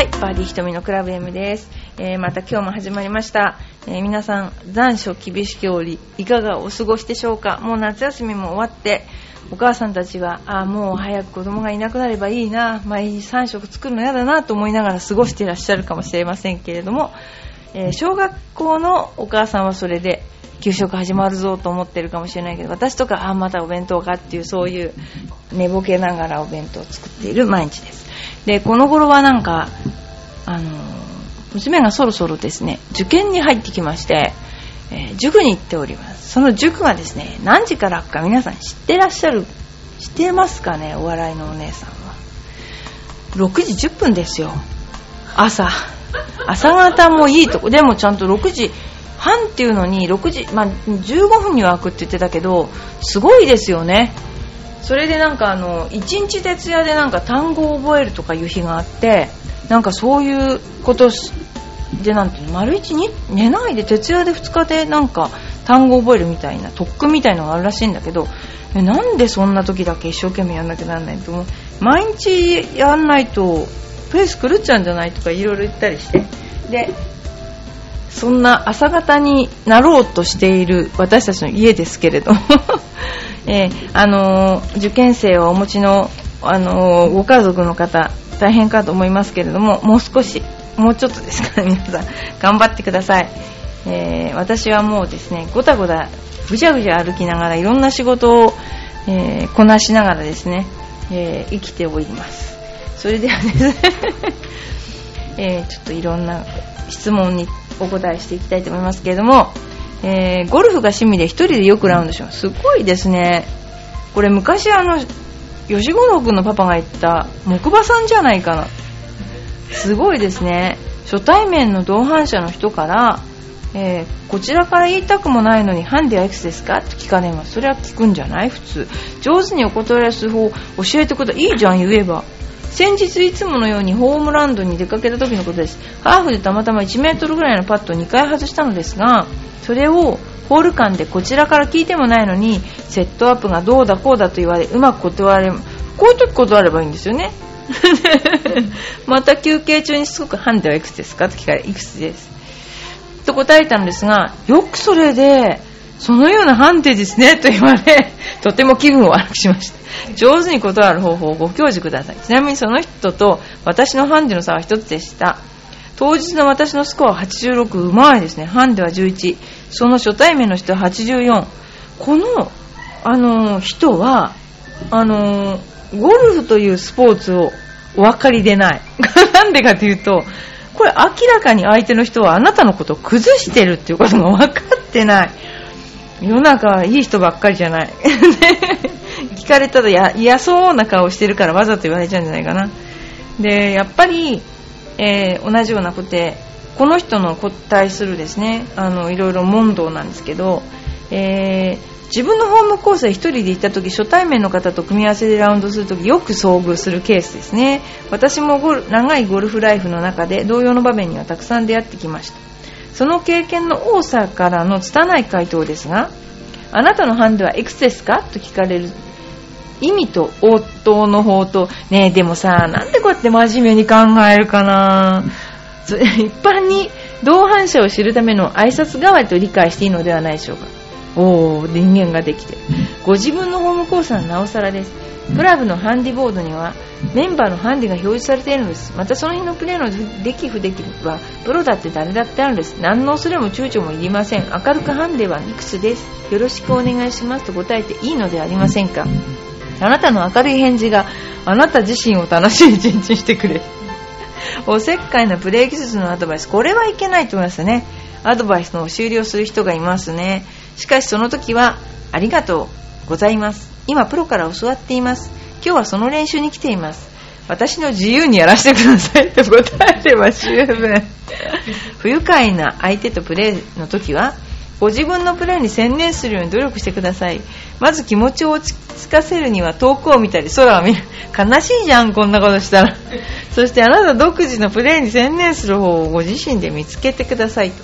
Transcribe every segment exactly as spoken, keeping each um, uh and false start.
はい、バーディーひとみのクラブ M です。えー、また今日も始まりました。えー、皆さん残暑厳しき折いかがお過ごしでしょうか。もう夏休みも終わってお母さんたちはあもう早く子供がいなくなればいいな、毎日さん食作るのやだなと思いながら過ごしていらっしゃるかもしれませんけれども、えー、小学校のお母さんはそれで給食始まるぞと思ってるかもしれないけど、私とかあまたお弁当かっていうそういう寝ぼけながらお弁当を作っている毎日です。でこの頃はなんかあの娘がそろそろですね受験に入ってきまして、えー、塾に行っております。その塾がですね何時からか皆さん知ってらっしゃる知ってますかね。お笑いのお姉さんはろくじじゅっぷんですよ。朝朝方もいいとこでもちゃんとろくじはんっていうのにろくじ、まあ、じゅうごふんには開くって言ってたけどすごいですよね。それでなんかあのいちにち徹夜でなんか単語を覚えるとかいう日があって、なんかそういうことでなんていうの丸一日寝ないで徹夜でふつかでなんか単語を覚えるみたいな特訓みたいのがあるらしいんだけど、なんでそんな時だけ一生懸命やんなきゃなんないと思う。毎日やんないとペース狂っちゃうんじゃないとかいろいろ言ったりして、でそんな朝方になろうとしている私たちの家ですけれどもえーあのー、受験生をお持ちの、あのー、ご家族の方大変かと思いますけれども、もう少しもうちょっとですから皆さん頑張ってください。えー、私はもうですねごたごたぐちゃぐちゃ歩きながらいろんな仕事を、えー、こなしながらですね、えー、生きております。それではですね、えー、ちょっといろんな質問にお答えしていきたいと思いますけれども、えー、ゴルフが趣味で一人でよくラウンドします。すごいですね。これ昔あの吉五郎君のパパが言った木馬さんじゃないかな。すごいですね。初対面の同伴者の人から、えー、こちらから言いたくもないのにハンデはいくつですかって聞かれます。それは聞くんじゃない普通。上手にお断りする方教えてください。いいじゃん言えば。先日いつものようにホームランドに出かけた時のことです。ハーフでたまたまいちメートルぐらいのパットをにかい外したのですが、それをホール間でこちらから聞いてもないのにセットアップがどうだこうだと言われうまく断れこういう時断ればいいんですよねまた休憩中にすごくハンデはいくつですかと聞かれいくつですと答えたんですが、よくそれでそのようなハンデですねと言われとても気分を悪くしました。上手に断る方法をご教示ください。ちなみにその人と私のハンデの差は一つでした。当日の私のスコアははちじゅうろく、うまいですね。ハンデはじゅういち、その初対面の人ははちじゅうよん。この、あのー、人はあのー、ゴルフというスポーツをお分かりでないなんでかというと、これ明らかに相手の人はあなたのことを崩してるっていうことが分かってない。世の中はいい人ばっかりじゃない聞かれたらや嫌そうな顔してるからわざと言われちゃうんじゃないかな。でやっぱりえー、同じようなことでこの人の対するですねあのいろいろ問答なんですけど、えー、自分のホームコースへ一人で行った時初対面の方と組み合わせでラウンドする時よく遭遇するケースですね。私もゴル長いゴルフライフの中で同様の場面にはたくさん出会ってきました。その経験の多さからの拙い回答ですが、あなたのハンデはいくつですかと聞かれる意味と応答の方とねえでもさなんでこうやって真面目に考えるかな一般に同伴者を知るための挨拶代わりと理解していいのではないでしょうか。おー人間ができてご自分のホームコースはなおさらです。クラブのハンディボードにはメンバーのハンディが表示されているのです。またその日のプレーの出来不出来はプロだって誰だってあるんです。何の恐れも躊躇もいりません。明るくハンデはいくつです。よろしくお願いしますと答えていいのではありませんか。あなたの明るい返事があなた自身を楽しい一日にしてくれるおせっかいなプレー技術のアドバイス、これはいけないと思いますね。アドバイスの押し売りをする人がいますね。しかしその時はありがとうございます、今プロから教わっています、今日はその練習に来ています、私の自由にやらせてくださいと答えれば十分不愉快な相手とプレーの時はご自分のプレーに専念するように努力してください。まず気持ちを落ち着かせるには遠くを見たり空を見る。悲しいじゃんこんなことしたらそしてあなた独自のプレーに専念する方をご自身で見つけてくださいと。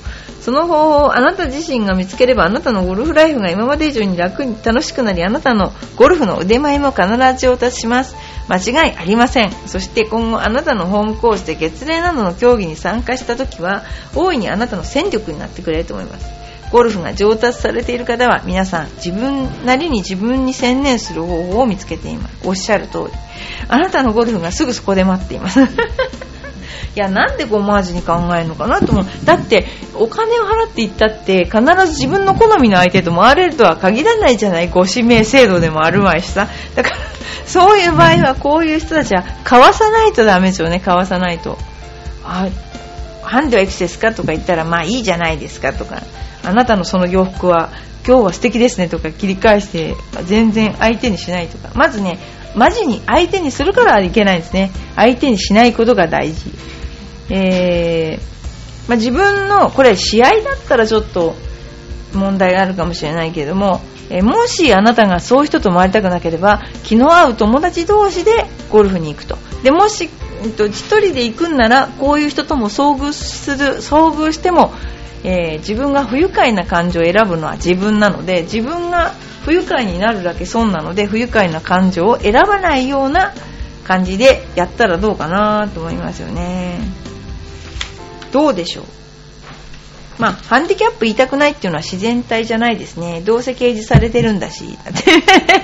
その方法をあなた自身が見つければ、あなたのゴルフライフが今まで以上に楽に楽しくなり、あなたのゴルフの腕前も必ず上達します。間違いありません。そして今後あなたのホームコースで月齢などの競技に参加した時は、大いにあなたの戦力になってくれると思います。ゴルフが上達されている方は皆さん自分なりに自分に専念する方法を見つけています。おっしゃる通り、あなたのゴルフがすぐそこで待っています。いや、なんでこうマージに考えるのかなと思う。だってお金を払っていったって必ず自分の好みの相手と回れるとは限らないじゃない。ご指名制度でもあるまいしさ。だからそういう場合はこういう人たちはかわさないとダメですよね。かわさないと、あ、ハンデはいくつですかとか言ったら、まあいいじゃないですかとか、あなたのその洋服は今日は素敵ですねとか切り返して全然相手にしないとか。まずね、マジに相手にするからいけないんですね。相手にしないことが大事。えーまあ、自分のこれ試合だったらちょっと問題があるかもしれないけれども、えー、もしあなたがそういう人と回りたくなければ、気の合う友達同士でゴルフに行くと。でもし、えっと、一人で行くんならこういう人とも遭遇する遭遇しても、えー、自分が不愉快な感情を選ぶのは自分なので、自分が不愉快になるだけ損なので、不愉快な感情を選ばないような感じでやったらどうかなと思いますよね。どうでしょう。まあハンディキャップ言いたくないっていうのは自然体じゃないですね。どうせ掲示されてるんだし。だって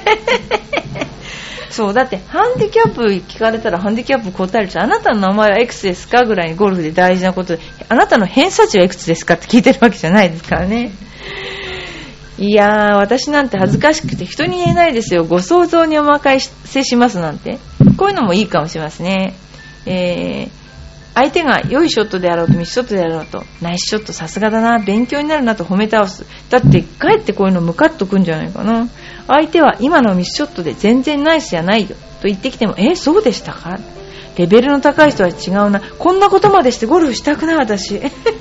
そうだってハンディキャップ聞かれたらハンディキャップ答えるし、あなたの名前はいくつですかぐらいにゴルフで大事なことで、あなたの偏差値はいくつですかって聞いてるわけじゃないですからね。いやー、私なんて恥ずかしくて人に言えないですよ。ご想像にお任せしますなんて。こういうのもいいかもしれませんね。えー相手が良いショットであろうとミスショットであろうと、ナイスショットさすがだな、勉強になるなと褒め倒す。だってかえってこういうのムカッとくんじゃないかな。相手は今のミスショットで全然ナイスじゃないよと言ってきても、えそうでしたか、レベルの高い人は違うな、こんなことまでしてゴルフしたくない私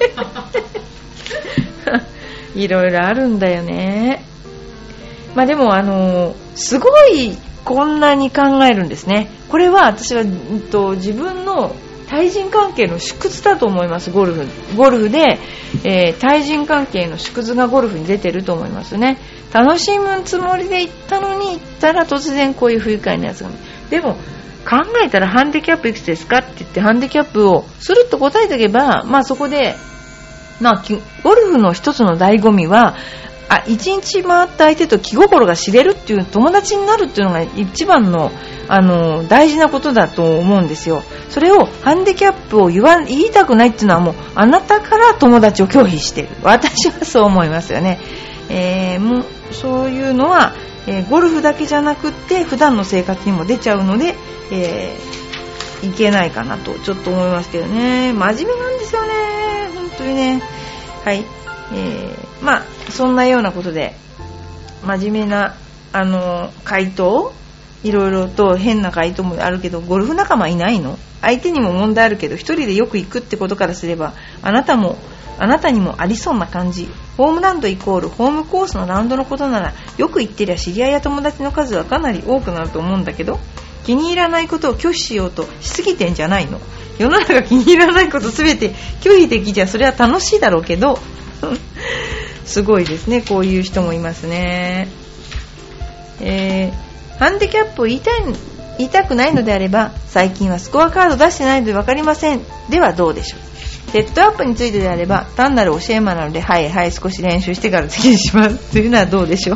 いろいろあるんだよね。まあでもあのー、すごいこんなに考えるんですね。これは私は、うんと、自分の対人関係の縮図だと思います。ゴルフゴルフで、えー、対人関係の縮図がゴルフに出てると思いますね。楽しむつもりで行ったのに行ったら突然こういう不愉快なやつが、でも考えたらハンディキャップいくつですかって言ってハンディキャップをスルッと答えておけば、まあそこで、まあ、ゴルフの一つの醍醐味は、あ、一日回った相手と気心が知れるっていう友達になるっていうのが一番の、あの大事なことだと思うんですよ。それをハンディキャップを言わ言いたくないっていうのはもうあなたから友達を拒否している。私はそう思いますよね。えー、もうそういうのは、えー、ゴルフだけじゃなくって普段の生活にも出ちゃうので、えー、いけないかなとちょっと思いますけどね。真面目なんですよね、本当にね。はい、えー、まあそんなようなことで真面目なあの回答、いろいろと変な回答もあるけど、ゴルフ仲間いないの？相手にも問題あるけど一人でよく行くってことからすれば、あなたもあなたにもありそうな感じ。ホームラウンドイコールホームコースのラウンドのことなら、よく行ってりゃ知り合いや友達の数はかなり多くなると思うんだけど、気に入らないことを拒否しようとしすぎてんじゃないの？世の中気に入らないことすべて拒否できじゃそれは楽しいだろうけどすごいですね、こういう人もいますね。えーハンディキャップを言いたい、言いたくないのであれば、最近はスコアカード出してないので分かりませんではどうでしょう。セットアップについてであれば、単なる教え間なので、はいはい少し練習してから次にしますというのはどうでしょう、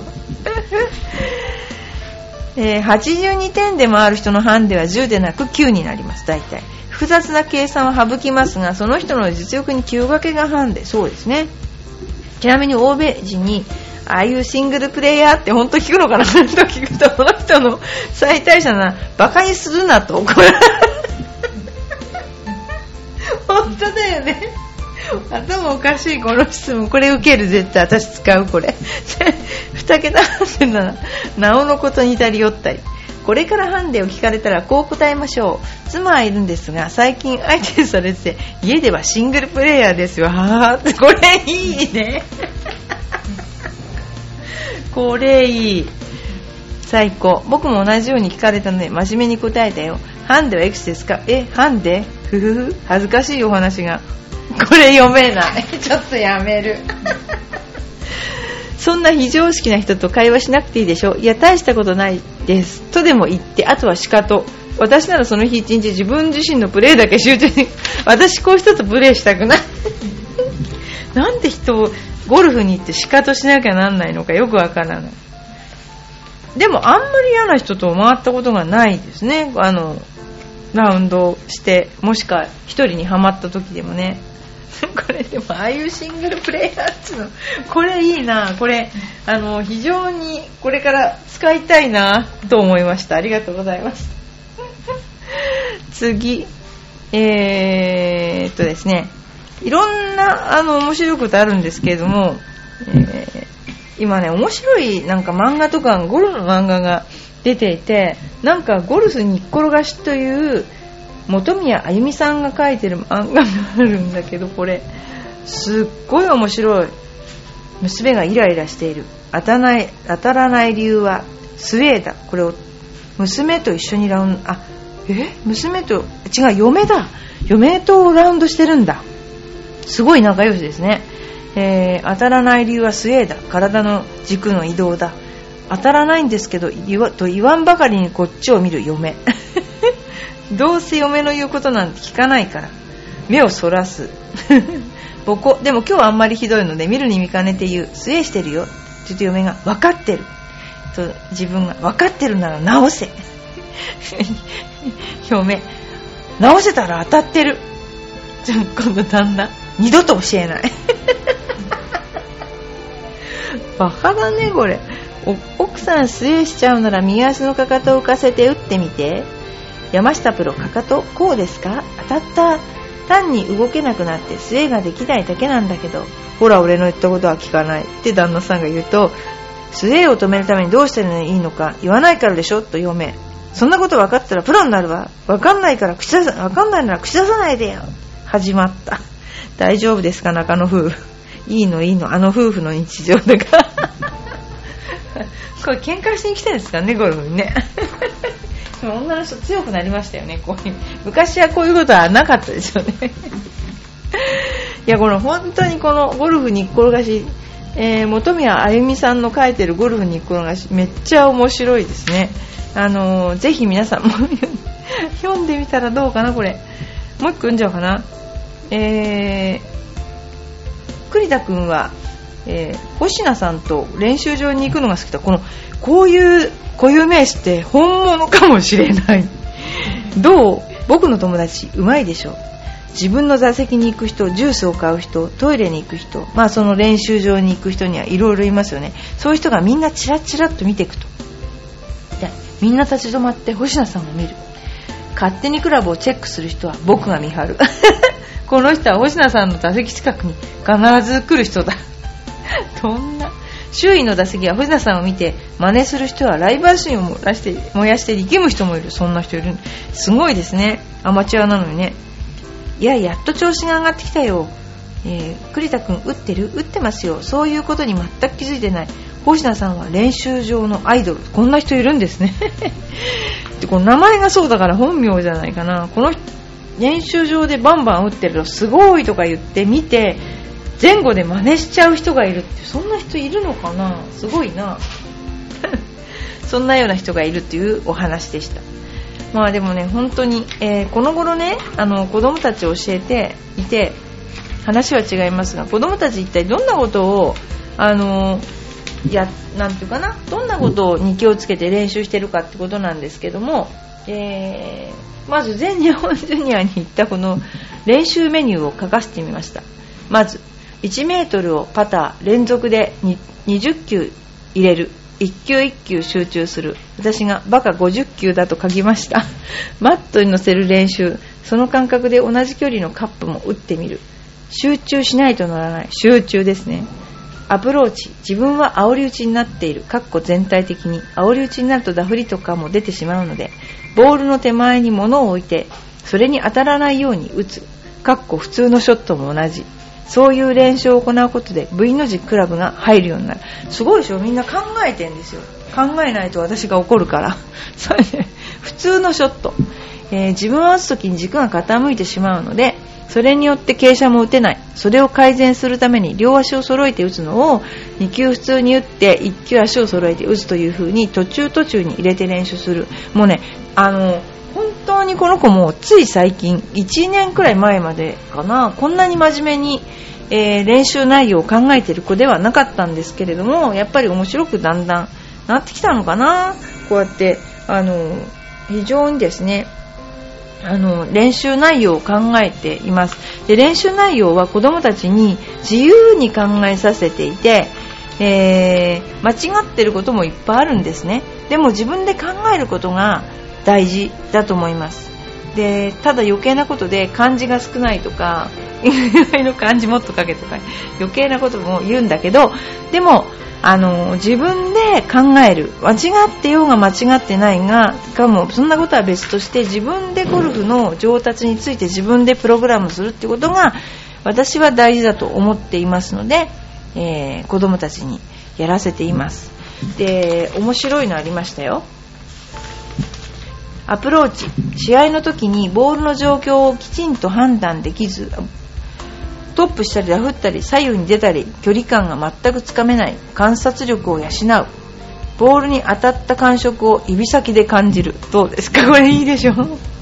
えー、はちじゅうにてんで回る人のハンデはじゅうでなくきゅうになります。大体複雑な計算は省きますが、その人の実力にきゅう掛けがハンデ。そうですね。ちなみに欧米人にああいうシングルプレイヤーって本当聞くのかなと聞くと、その人の最大者なバカにするなとこれ本当だよね。頭おかしいこの質問。これ受ける、絶対私使うこれ二桁ハンデならなおのことにたり寄ったり。これからハンデを聞かれたらこう答えましょう。妻はいるんですが最近相手にされて家ではシングルプレイヤーですよ。はーって、これいいねこれいい、最高。僕も同じように聞かれたので真面目に答えたよ。ハンデはいくつですか？え、ハンデ？ふふふ、恥ずかしいお話がこれ読めないちょっとやめるそんな非常識な人と会話しなくていいでしょ。いや大したことないですとでも言って、あとはシカト。私ならその日一日自分自身のプレーだけ集中に私こういう人とプレーしたくないなんで人をゴルフに行ってシカトしなきゃなんないのかよくわからない。でもあんまり嫌な人と回ったことがないですね。あのラウンドしてもしか一人にハマった時でもねこれでもああいうシングルプレイヤーっていうのこれいいな。これあの非常にこれから使いたいなと思いました。ありがとうございます次えー、っとですねいろんなあの面白いことあるんですけれども、えー、今ね面白いなんか漫画とかゴルフの漫画が出ていて、なんかゴルフにっころがしという本宮あゆみさんが書いてる漫画があるんだけど、これすっごい面白い。娘がイライラしている、当たらない、当たらない理由はスウェーだ。これを娘と一緒にラウンド、あえ娘と違う嫁だ嫁とラウンドしてるんだ。すごい仲良しですね。えー、当たらない理由はスウェーだ。体の軸の移動だ。当たらないんですけど言わと言わんばかりにこっちを見る嫁どうせ嫁の言うことなんて聞かないから目をそらすボコ。でも今日はあんまりひどいので見るに見かねて言う。スウェーしてるよって言って嫁が分かってると自分が分かってるなら直せ嫁直せたら当たってる。じゃあ今度旦那二度と教えないバカだねこれ。奥さんスウェーしちゃうなら右足のかかとを浮かせて打ってみて。山下プロかかとこうですか。当たった。単に動けなくなってスウェーができないだけなんだけど、ほら俺の言ったことは聞かないって旦那さんが言うと、スウェーを止めるためにどうしたらいいのか言わないからでしょと嫁。そんなこと分かったらプロになるわ。分かんないから口出さ分かんないなら口出さないでよ。始まった。大丈夫ですか中野夫婦。いいのいいのあの夫婦の日常だからこれ喧嘩しに来てるんですかねゴルフにね女の人強くなりましたよね。こういう昔はこういうことはなかったですよねいやこの本当にこのゴルフにっころがし、えー、本宮あゆみさんの書いてるゴルフにっころがしめっちゃ面白いですね。あのー、ぜひ皆さんも読んでみたらどうかな。これもう一個読んじゃおうかな。えー、栗田くんは、えー、星名さんと練習場に行くのが好きだ。このこういう固有名詞って本物かもしれないどう僕の友達うまいでしょ。自分の座席に行く人、ジュースを買う人、トイレに行く人、まあその練習場に行く人にはいろいろいますよね。そういう人がみんなチラチラっと見ていくと、でみんな立ち止まって星名さんを見る。勝手にクラブをチェックする人は僕が見張るこの人は星名さんの座席近くに必ず来る人だどんな周囲の打席は星名さんを見て真似する人はライバル心を燃やして燃やして力む人もいる。そんな人いる。すごいですね。アマチュアなのにね。いややっと調子が上がってきたよ、えー、栗田くん打ってる打ってますよ。そういうことに全く気づいてない。星名さんは練習場のアイドル。こんな人いるんですねでこの名前がそうだから本名じゃないかな。この練習場でバンバン打ってるとすごいとか言って見て前後で真似しちゃう人がいるって、そんな人いるのかな。すごいなそんなような人がいるっていうお話でした。まあでもね本当に、えー、この頃ねあの子供たちを教えていて話は違いますが、子供たち一体どんなことをあのやなんていうかなどんなことに気をつけて練習してるかってことなんですけども、えー、まず全日本ジュニアに行ったこの練習メニューを書かせてみました。まずいちメートルをパター連続でにじゅっきゅう入れる。いっ球いっ球集中する。私がバカごじゅっ球だと書きました。マットに乗せる練習。その感覚で同じ距離のカップも打ってみる。集中しないとならない。集中ですね。アプローチ。自分は煽り打ちになっている。かっこ全体的に。煽り打ちになるとダフリとかも出てしまうので、ボールの手前に物を置いて、それに当たらないように打つ。かっこ普通のショットも同じ。そういう練習を行うことで V の字クラブが入るようになる。すごいでしょ。みんな考えてんですよ。考えないと私が怒るからそれで普通のショット、えー、自分を打つときに軸が傾いてしまうのでそれによって傾斜も打てない。それを改善するために両足を揃えて打つのをに球普通に打っていっ球足を揃えて打つという風に途中途中に入れて練習する。もうね、あの本当にこの子もつい最近いちねんくらい前までかな、こんなに真面目に、えー、練習内容を考えている子ではなかったんですけれども、やっぱり面白くだんだんなってきたのかな。こうやってあの非常にですね、あの練習内容を考えています。で、練習内容は子どもたちに自由に考えさせていて、えー、間違ってることもいっぱいあるんですね。でも自分で考えることが大事だと思います。で、ただ余計なことで漢字が少ないとか意外の漢字もっと書けとか余計なことも言うんだけど、でもあの自分で考える、間違ってようが間違ってないがかも、そんなことは別として自分でゴルフの上達について自分でプログラムするってことが私は大事だと思っていますので、えー、子供たちにやらせています。で、面白いのありましたよ。アプローチ、試合の時にボールの状況をきちんと判断できず、トップしたりラフったり左右に出たり距離感が全くつかめない、観察力を養う、ボールに当たった感触を指先で感じる。どうですか、これいいでしょ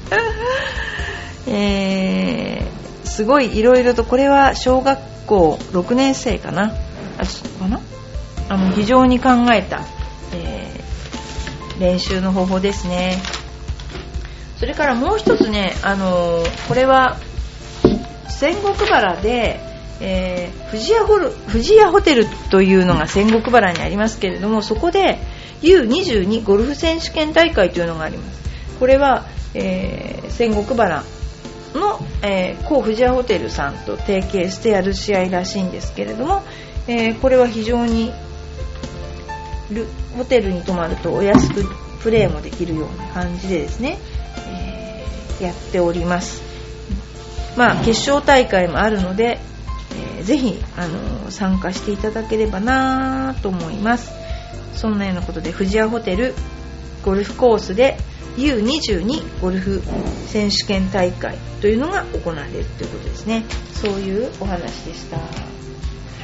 えー、すごいいろいろと、これは小学校ろくねん生かな、あかなあの非常に考えた、えー、練習の方法ですね。それからもう一つね、あのー、これは仙石原で、えー、富士屋ホル、富士屋ホテルというのが仙石原にありますけれども、そこで ユーにじゅうに ゴルフ選手権大会というのがあります。これは、えー、仙石原の、えー、高富士屋ホテルさんと提携してやる試合らしいんですけれども、えー、これは非常にホテルに泊まるとお安くプレーもできるような感じでですね、えー、やっております。まあ、決勝大会もあるので、えー、ぜひ、あのー、参加していただければなと思います。そんなようなことで富士屋ホテルゴルフコースで ユーにじゅうに ゴルフ選手権大会というのが行われるということですね。そういうお話でした。はい。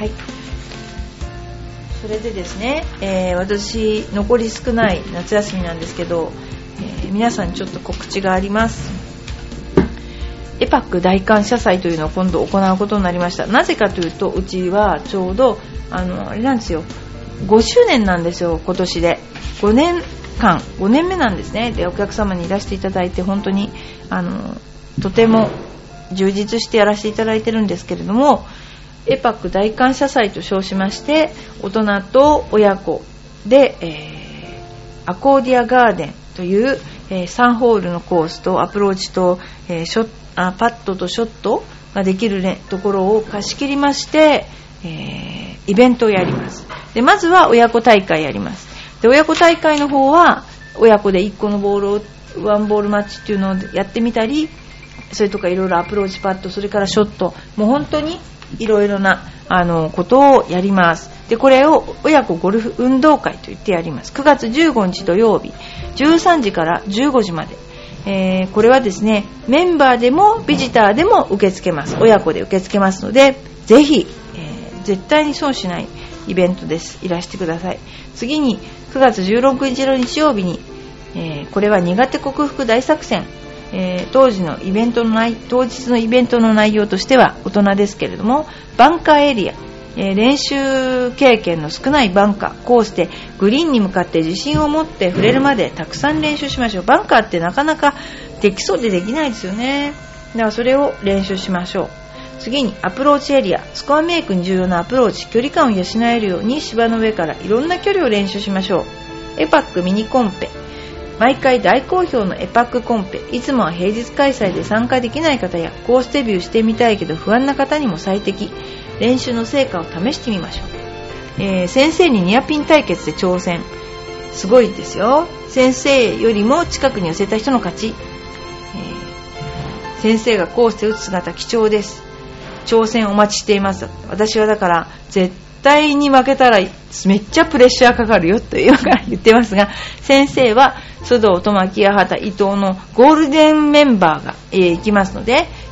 それでですね、えー、私残り少ない夏休みなんですけど、えー、皆さんにちょっと告知があります。エパック大感謝祭というのを今度行うことになりました。なぜかというと、うちはちょうどあのあれなんですよ、ごしゅうねんなんですよ、今年でごねんかん、ごねんめなんですね。で、お客様にいらしていただいて本当にあのとても充実してやらせていただいてるんですけれども、エパック大感謝祭と称しまして、大人と親子で、えー、アコーディアガーデンという、えー、さんホールのコースとアプローチと、えー、ショッあパットとショットができる、ね、ところを貸し切りまして、えー、イベントをやります。で、まずは親子大会やります。で、親子大会の方は親子でいっこのボールをワンボールマッチっていうのをやってみたり、それとかいろいろアプローチパット、それからショット、もう本当にいろいろなあのことをやります。で、これを親子ゴルフ運動会と言ってやります。くがつじゅうごにち土曜日じゅうさんじからじゅうごじまで、えー、これはですね、メンバーでもビジターでも受け付けます。親子で受け付けますので、ぜひ、えー、絶対に損しないイベントです。いらしてください。次にくがつじゅうろくにちの日曜日に、えー、これは苦手克服大作戦、えー、当時のイベントの内当日のイベントの内容としては大人ですけれども、バンカーエリア、えー、練習経験の少ないバンカーコースでグリーンに向かって自信を持って触れるまでたくさん練習しましょう。バンカーってなかなかできそうでできないですよね。だからそれを練習しましょう。次にアプローチエリア、スコアメイクに重要なアプローチ、距離感を養えるように芝の上からいろんな距離を練習しましょう。エパックミニコンペ、毎回大好評のエパックコンペ、いつもは平日開催で参加できない方やコースデビューしてみたいけど不安な方にも最適。練習の成果を試してみましょう。えー、先生にニアピン対決で挑戦、すごいですよ。先生よりも近くに寄せた人の勝ち、えー、先生がコースで打つ姿貴重です。挑戦お待ちしています。私はだから絶対に負けたらめっちゃプレッシャーかかるよというから言ってますが、先生は須藤、友木、八幡、伊藤のゴールデンメンバーが、えー、行きますので、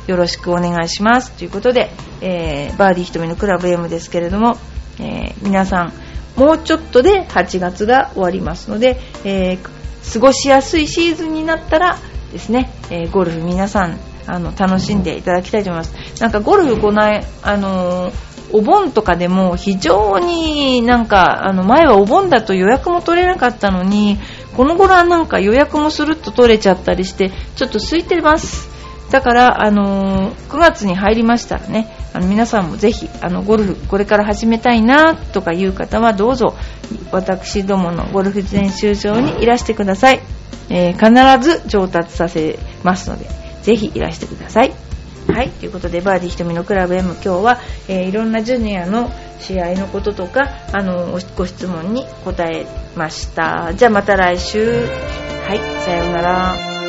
よろしくお願いしますということで、えー、バーディーひとみのクラブ M ですけれども、えー、皆さんもうちょっとではちがつが終わりますので、えー、過ごしやすいシーズンになったらですね、えー、ゴルフ皆さんあの楽しんでいただきたいと思います。なんかゴルフこないあのー、お盆とかでも非常になんかあの前はお盆だと予約も取れなかったのに、この頃はなんか予約もスルッと取れちゃったりしてちょっと空いてます。だからあのー、くがつに入りましたらね、あの皆さんもぜひあのゴルフこれから始めたいなとかいう方はどうぞ私どものゴルフ練習場にいらしてください。えー、必ず上達させますのでぜひいらしてください。はい、ということでバーディーひとみのクラブ M、 今日は、えー、いろんなジュニアの試合のこととかあのご質問に答えました。じゃあまた来週。はい、さようなら。